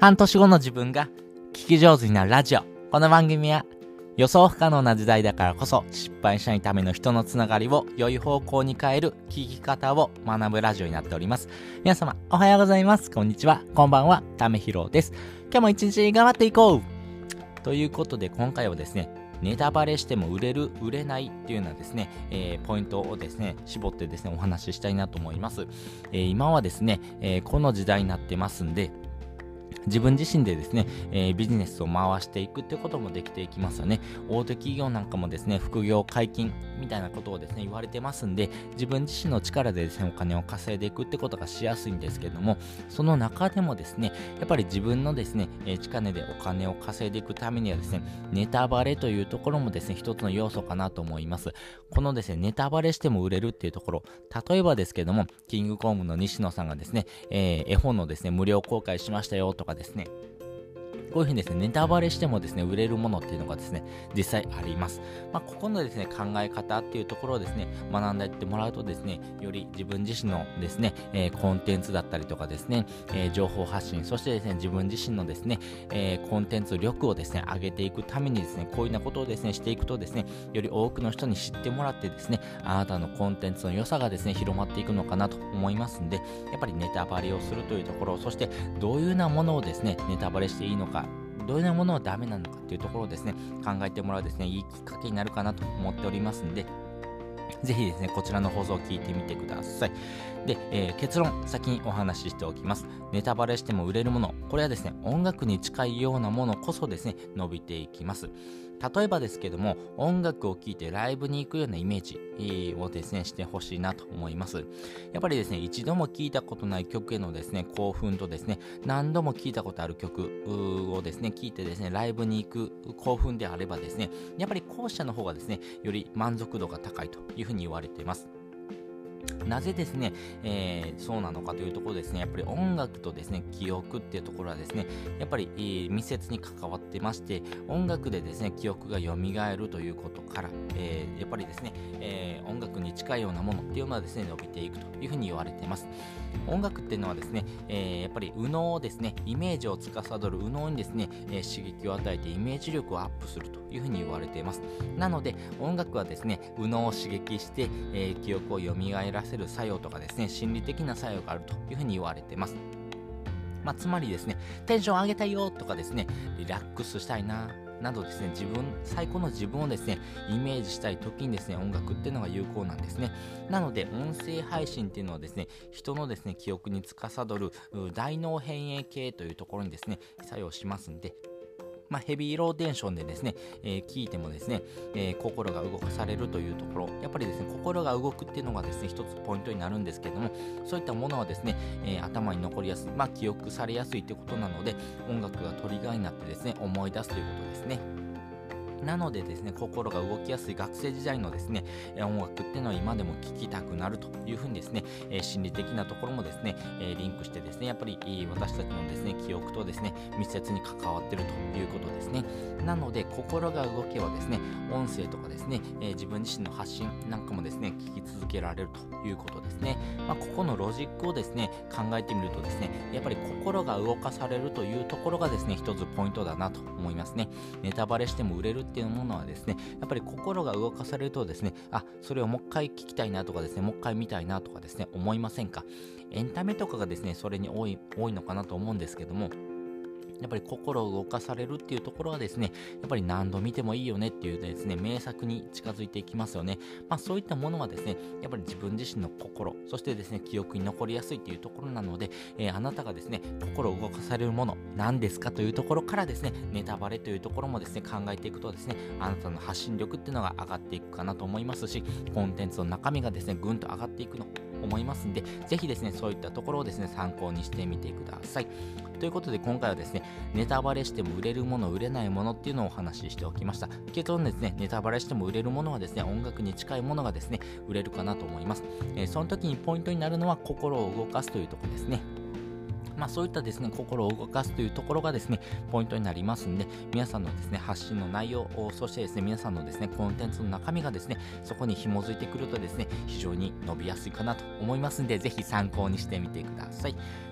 半年後の自分が聞き上手になるラジオ。この番組は予想不可能な時代だからこそ失敗しないための人のつながりを良い方向に変える聞き方を学ぶラジオになっております。皆様おはようございます。こんにちは。こんばんは。ためひろです。今日も一日頑張っていこうということで、今回はですね、ネタバレしても売れる売れないっていうようなですね、ポイントをですね絞ってですねお話ししたいなと思います。今はですね、この時代になってますんで、自分自身でですね、ビジネスを回していくってこともできていきますよね。大手企業なんかもですね、副業解禁みたいなことをですね言われてますんで、自分自身の力でですねお金を稼いでいくってことがしやすいんですけれども、その中でもですねやっぱり自分のですね、力でお金を稼いでいくためにはですね、ネタバレというところもですね一つの要素かなと思います。このですねネタバレしても売れるっていうところ、例えばですけども、キングコングの西野さんがですね、絵本のですね無料公開しましたよとかですね、こういうふうにですね、ネタバレしてもですね、売れるものっていうのがですね、実際あります。ここのですね、考え方っていうところをですね、学んでいってもらうとですね、より自分自身のですね、コンテンツだったりとかですね、情報発信、そしてですね、自分自身のですね、コンテンツ力をですね、上げていくためにですね、こういうようなことをですね、していくとですね、より多くの人に知ってもらってですね、あなたのコンテンツの良さがですね、広まっていくのかなと思いますんで、やっぱりネタバレをするというところ、そしてどういうようなものをですね、ネタバレしていいのか、どういうようなものはダメなのかっていうところをですね、考えてもらうですね、いいきっかけになるかなと思っておりますんで、ぜひですね、こちらの放送を聞いてみてください。で、結論、先にお話ししておきます。ネタバレしても売れるもの、これはですね、音楽に近いようなものこそですね、伸びていきます。例えばですけども、音楽を聴いてライブに行くようなイメージをですね、してほしいなと思います。やっぱりですね、一度も聴いたことない曲へのですね、興奮とですね、何度も聴いたことある曲をですね、聴いてですね、ライブに行く興奮であればですね、やっぱり後者の方がですね、より満足度が高いというふうに言われています。なぜですね、そうなのかというところですね、やっぱり音楽とですね、記憶っていうところはですね、やっぱり、密接に関わってまして、音楽でですね、記憶が蘇るということから、やっぱりですね、音楽に近いようなものっていうのはですね、伸びていくというふうに言われています。音楽っていうのはですね、やっぱり右脳をですね、イメージを司る右脳にですね、刺激を与えてイメージ力をアップするというふうに言われています。なので、音楽はですね、右脳を刺激して、記憶を蘇らせる作用とかですね、心理的な作用があるというふうに言われています。つまりですね、テンション上げたいよとかですね、リラックスしたいなどですね、最高の自分をですね、イメージしたい時にですね、音楽っていうのが有効なんですね。なので、音声配信っていうのはですね、人のですね、記憶に司る大脳変影系というところにですね、作用しますんで、ヘビーローテンションでですね、聞いてもですね、心が動かされるというところ、やっぱりですね、心が動くっていうのがですね、一つポイントになるんですけれども、そういったものはですね、頭に残りやすい、記憶されやすいということなので、音楽がトリガーになってですね、思い出すということですね。なのでですね、心が動きやすい学生時代のですね、音楽っていうのは今でも聴きたくなるというふうにですね、心理的なところもですね、リンクしてですね、やっぱり私たちのですね、記憶とですね、密接に関わっているということですね。なので、心が動けばですね、音声とかですね、自分自身の発信なんかもですね、聞き続けられるということですね。ここのロジックをですね、考えてみるとですね、やっぱり心が動かされるというところがですね、一つポイントだなと思いますね。ネタバレしても売れるっていうものはですね、やっぱり心が動かされるとですね、それをもう一回聞きたいなとかですね、もう一回見たいなとかですね、思いませんか？エンタメとかがですね、それに多いのかなと思うんですけども、やっぱり心を動かされるっていうところはですね、やっぱり何度見てもいいよねっていうですね、名作に近づいていきますよね。そういったものはですね、やっぱり自分自身の心、そしてですね、記憶に残りやすいっていうところなので、あなたがですね、心を動かされるもの、何ですかというところからですね、ネタバレというところもですね、考えていくとですね、あなたの発信力っていうのが上がっていくかなと思いますし、コンテンツの中身がですね、ぐんと上がっていくの思いますんで、ぜひですね、そういったところをですね、参考にしてみてください。ということで、今回はですね、ネタバレしても売れるもの、売れないものっていうのをお話ししておきました。結論ですね、ネタバレしても売れるものはですね、音楽に近いものがですね、売れるかなと思います。その時にポイントになるのは心を動かすというところですね。そういったですね、心を動かすというところがですね、ポイントになりますんで、皆さんのですね、発信の内容、そしてですね、皆さんのですね、コンテンツの中身がですね、そこに紐づいてくるとですね、非常に伸びやすいかなと思いますんで、ぜひ参考にしてみてください。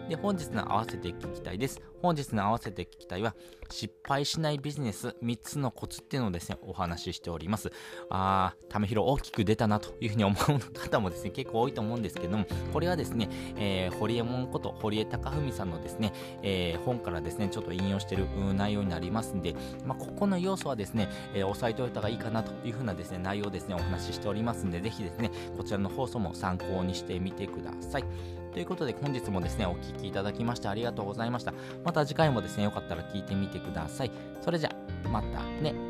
で、本日の合わせて聞きたいです。本日の合わせて聞きたいは、失敗しないビジネス3つのコツっていうのをですね、お話ししております。ためひろ大きく出たなというふうに思う方もですね、結構多いと思うんですけども、これはですね、堀江門こと堀江貴文さんのですね、本からですね、ちょっと引用している内容になりますんで、ここの要素はですね、押さえておいた方がいいかなというふうなですね、内容をですね、お話ししておりますんで、ぜひですね、こちらの放送も参考にしてみてください。ということで、本日もですね、お聞きいただきましてありがとうございました。また次回もですね、よかったら聞いてみてください。それじゃ、またね。